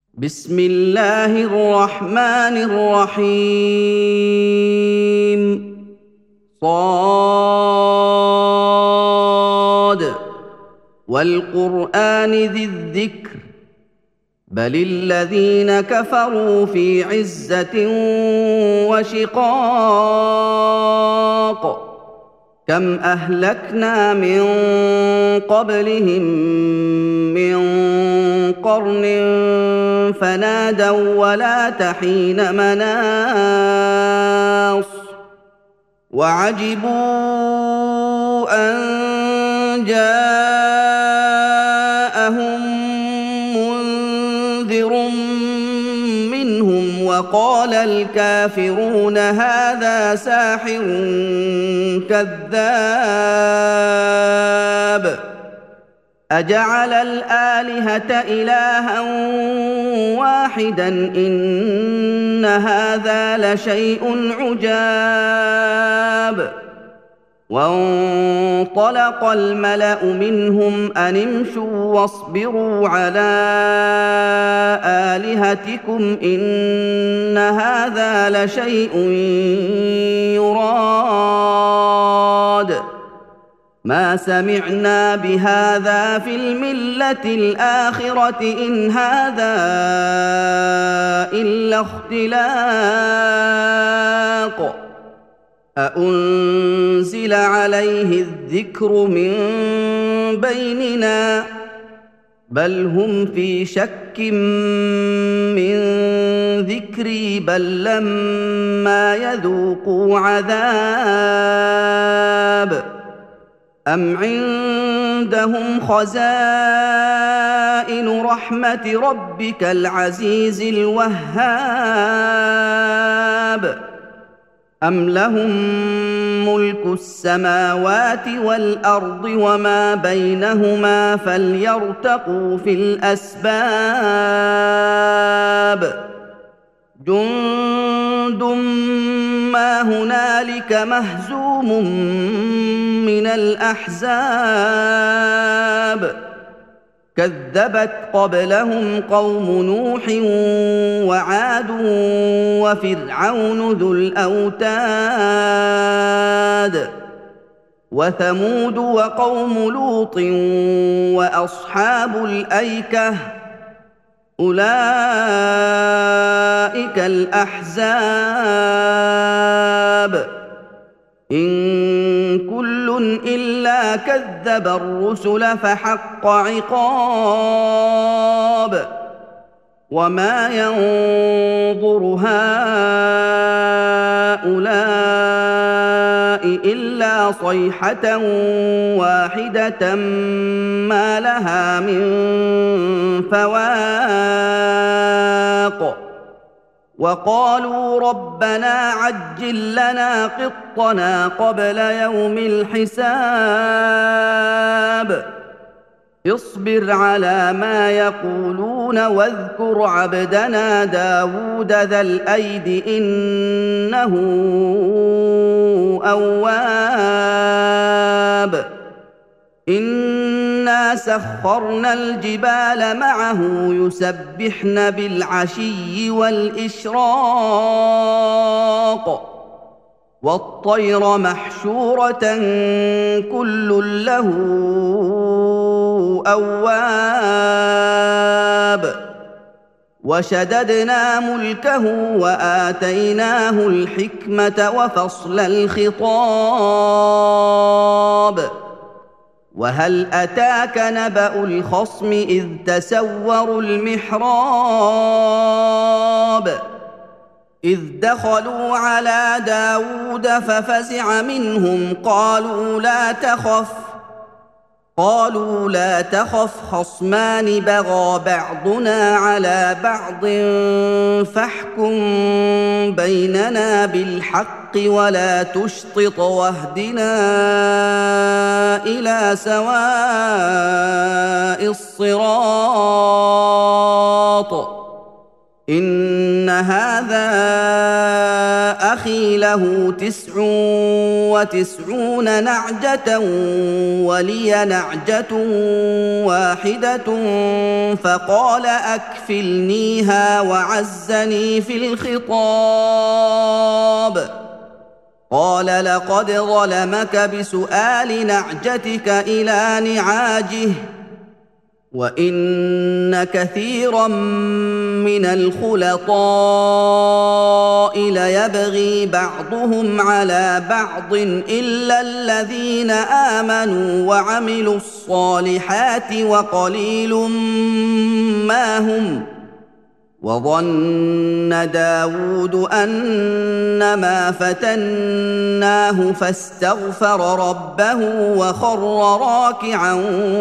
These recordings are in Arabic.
بسم الله الرحمن الرحيم صاد والقرآن ذي الذكر بل الذين كفروا في عزة وشقاق كم أهلكنا من قبلهم من قرن فنادوا ولا تحين مناص وعجبوا أن جاءهم منذر منهم وقال الكافرون هذا ساحر كذاب أجعل الآلهة إلها واحدا إن هذا لشيء عجاب وانطلق الملأ منهم أن امشوا واصبروا على آلهتكم إن هذا لشيء يراد ما سمعنا بهذا في الملة الآخرة إن هذا إلا اختلاق أأنزل عليه الذكر من بيننا بل هم في شك من ذكري بل لما يذوقوا عذاب أم عندهم خزائن رحمة ربك العزيز الوهاب أم لهم ملك السماوات والأرض وما بينهما فليرتقوا في الأسباب جند ما هنالك مهزوم من الأحزاب كذبت قبلهم قوم نوح وعاد وفرعون ذو الأوتاد وثمود وقوم لوط وأصحاب الأيكة أولئك الأحزاب إن كل إلا كذب الرسل فحق عقاب وما ينظر هؤلاء إلا صيحة واحدة ما لها من فواق وقالوا ربنا عجل لنا قطنا قبل يوم الحساب اصبر على ما يقولون واذكر عبدنا داود ذا الأيد إنه أواب إنا سخرنا الجبال معه يسبحن بالعشي والإشراق والطير محشورة كل له أواب وشددنا ملكه وآتيناه الحكمة وفصل الخطاب وهل أتاك نبأ الخصم إذ تسوروا المحراب إذ دخلوا على داود ففزع منهم قالوا لا تخف خصمان بغى بعضنا على بعض فاحكم بيننا بالحق ولا تشطط واهدنا إلى سواء الصراط إن هذا وأخي له 99 نعجة ولي نعجة واحدة فقال أكفلنيها وعزني في الخطاب قال لقد ظلمك بسؤال نعجتك إلى نعاجه وإن كثيرا من الخلطاء ليبغي بعضهم على بعض إلا الذين آمنوا وعملوا الصالحات وقليل ما هم وظن داود أنما فتناه فاستغفر ربه وخر راكعا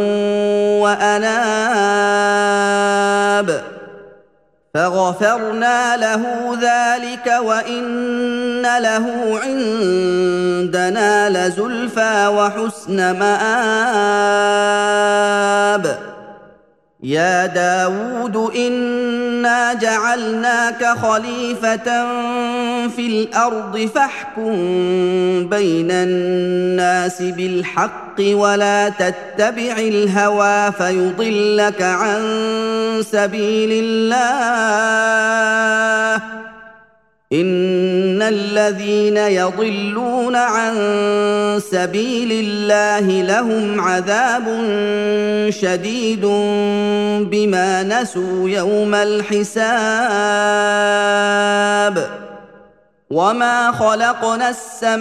وأناب فغفرنا له ذلك وإن له عندنا لزلفى وحسن مآب يا داود إنا جعلناك خليفة في الأرض فاحكم بين الناس بالحق ولا تتبع الهوى فيضلك عن سبيل الله إن الذين يضلون عن سبيل الله لهم عذاب شديد بما نسوا يوم الحساب وما خلقنا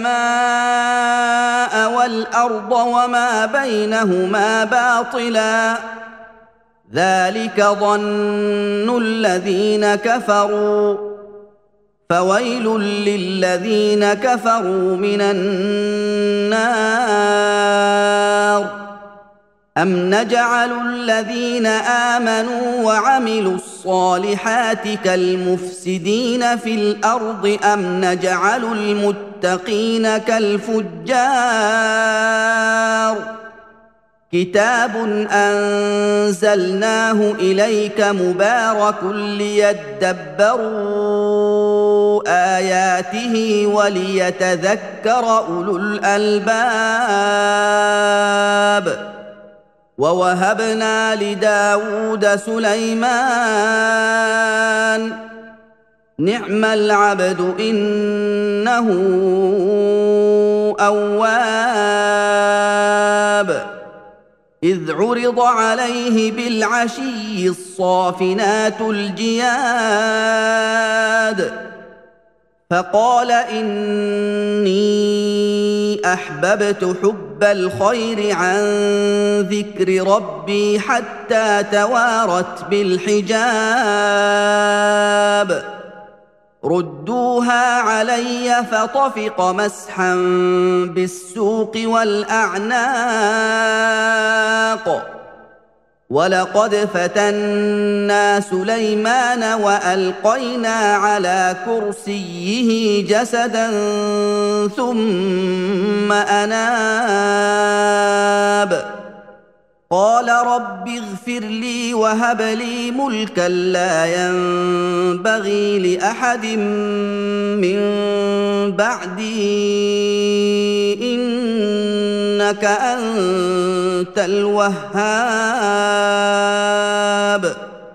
السماء والأرض وما بينهما باطلا ذلك ظن الذين كفروا فويل للذين كفروا من النار أم نجعل الذين آمنوا وعملوا الصالحات كالمفسدين في الأرض أم نجعل المتقين كالفجار كتاب أنزلناه إليك مبارك ليدبروا آياته وليتذكر أولو الألباب ووهبنا لداود سليمان نعم العبد إنه أواب إذ عرض عليه بالعشي الصافنات الجياد فقال إني أحببت حب الخير عن ذكر ربي حتى توارت بالحجاب ردوها علي فطفق مسحا بالسوق والأعناق ولقد فتنا سليمان وألقينا على كرسيه جسدا ثم أناب قال رب اغفر لي وهب لي ملكا لا ينبغي لأحد من بعدي إنك أنت الوهاب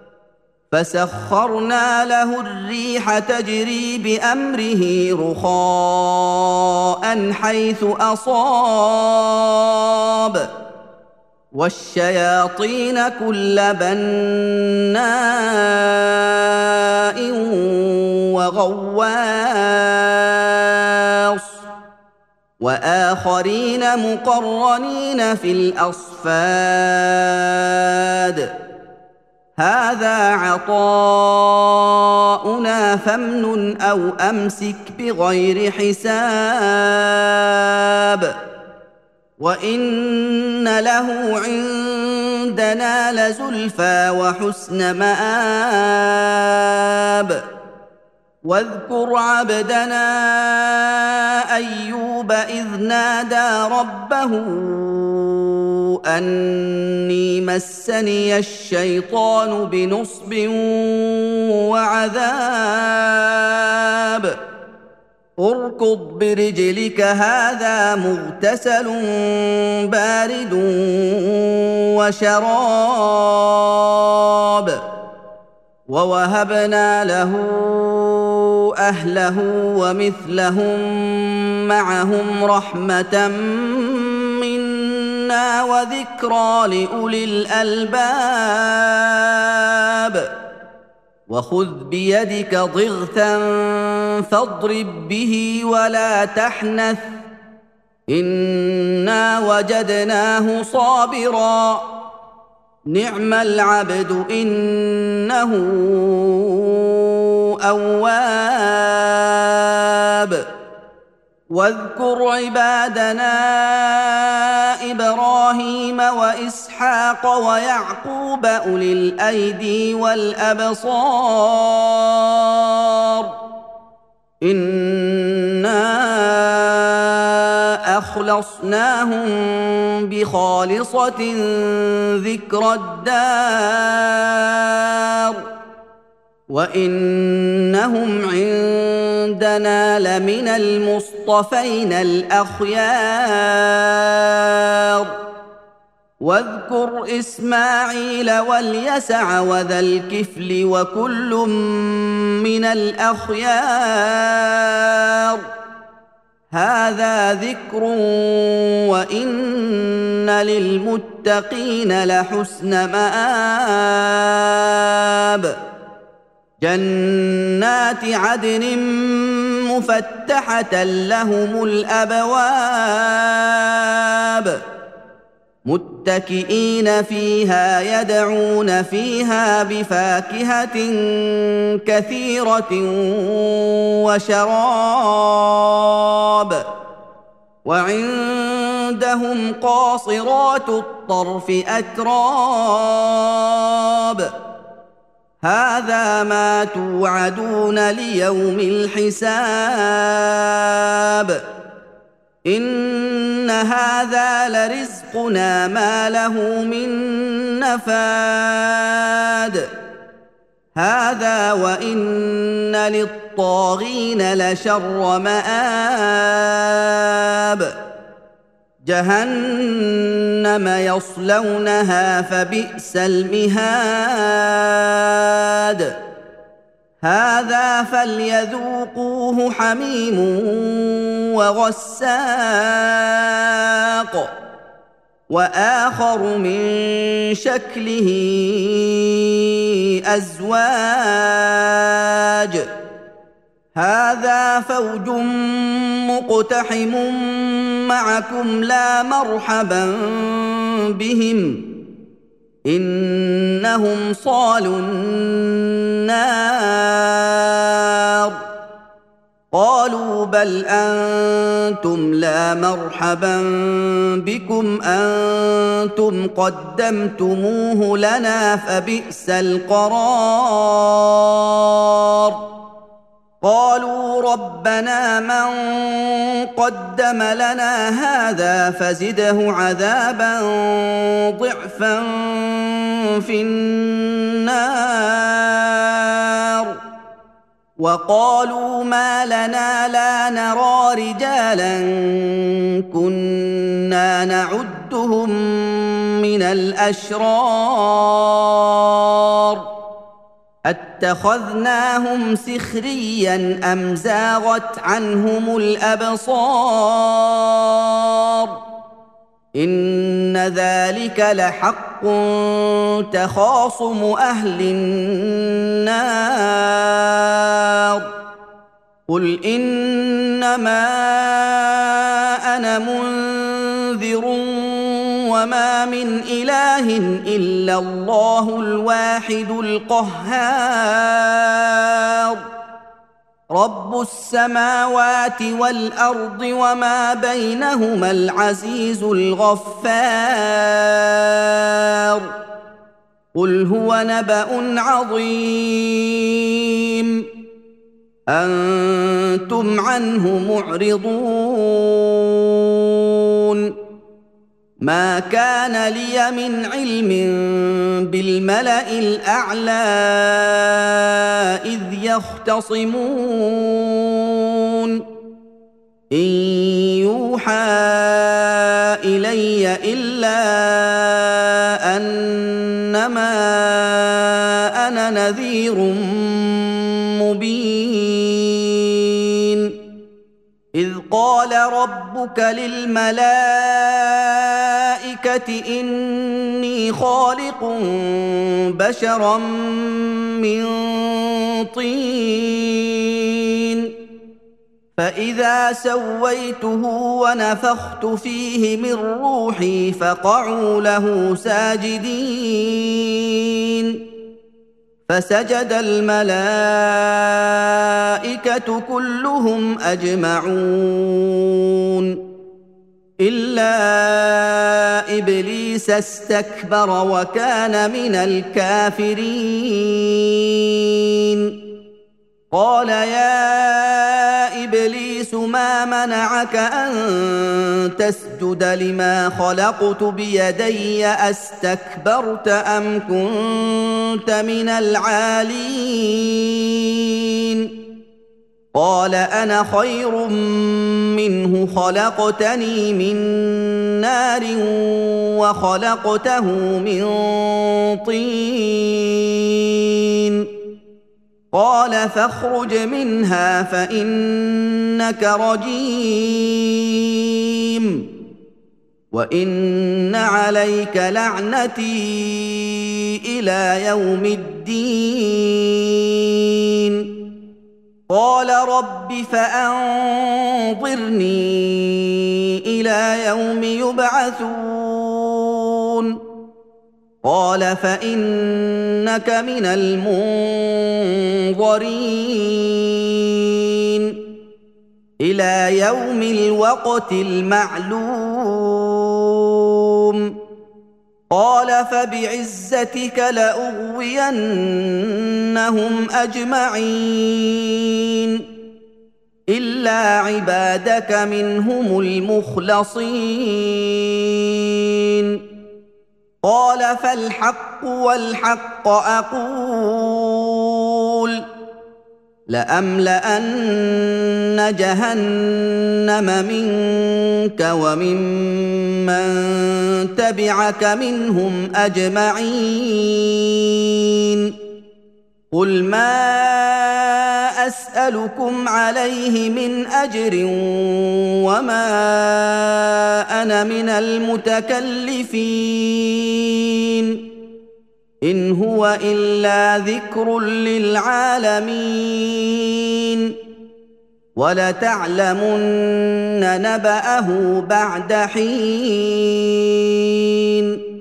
فسخرنا له الريح تجري بأمره رخاء حيث أصاب والشياطين كل بناء وغواص وآخرين مقرنين في الأصفاد هذا عطاؤنا فامنن أو أمسك بغير حساب وإن له عندنا لزلفى وحسن مآب واذكر عبدنا أيوب إذ نادى ربه أني مسني الشيطان بنصب وعذاب اركض برجلك هذا مغتسل بارد وشراب ووهبنا له اهله ومثلهم معهم رحمه منا وذكرى لاولي الالباب وخذ بيدك ضغثا فاضرب به ولا تحنث انا وجدناه صابرا نعم العبد انه اواب واذكر عبادنا ابراهيم واسحاق ويعقوب اولي الايدي والابصار انا اخلصناهم بخالصه ذكرى الدار وانهم عندنا لمن المصطفين الاخيار واذكر اسماعيل واليسع وذا الكفل وكل من الاخيار هذا ذكر وان للمتقين لحسن مآب جنات عدن مفتحة لهم الأبواب متكئين فيها يدعون فيها بفاكهة كثيرة وشراب وعندهم قاصرات الطرف أتراب هذا ما توعدون ليوم الحساب إن هذا لرزقنا ما له من نفاد هذا وإن للطاغين لشر مآب جهنم يصلونها فبئس المهاد هذا فليذوقوه حميم وغساق وآخر من شكله أزواج هذا فوج مقتحم معكم لا مرحبا بهم إنهم صالوا النار قالوا بل أنتم لا مرحبا بكم أنتم قدمتموه لنا فبئس القرار قالوا ربنا من قدم لنا هذا فزده عذابا ضعفا في النار وقالوا ما لنا لا نرى رجالا كنا نعدهم من الأشرار اتخذناهم سخريا أم زاغت عنهم الأبصار إن ذلك لحق تخاصم أهل النار قل إنما أنا منذر وما من إله إلا الله الواحد القهار رب السماوات والأرض وما بينهما العزيز الغفار قل هو نبأ عظيم أنتم عنه معرضون ما كان لي من علم بالملأ الأعلى إذ يختصمون إن يوحى إلي إلا أنما أنا نذير مبين إذ قال ربك للملائكة إني خالق بشرا من طين فإذا سويته ونفخت فيه من روحي فقعوا له ساجدين فسجد الملائكة كلهم أجمعون إلا إبليس استكبر وكان من الكافرين قال يا إبليس ما منعك أن تسجد لما خلقت بيدي أستكبرت أم كنت من العالين قال أنا خير منه خلقتني من نار وخلقته من طين قال فاخرج منها فإنك رجيم وإن عليك لعنتي إلى يوم الدين قال رب فأنظرني إلى يوم يبعثون قال فإنك من المنظرين إلى يوم الوقت المعلوم قال فبعزتك لأغوينهم أجمعين إلا عبادك منهم المخلصين قال فالحق والحق أقول لأملأن جهنم منك وممن تبعك منهم أجمعين قل ما أسألكم عليه من أجر وما أنا من المتكلفين إن هو إلا ذكر للعالمين ولتعلمن نبأه بعد حين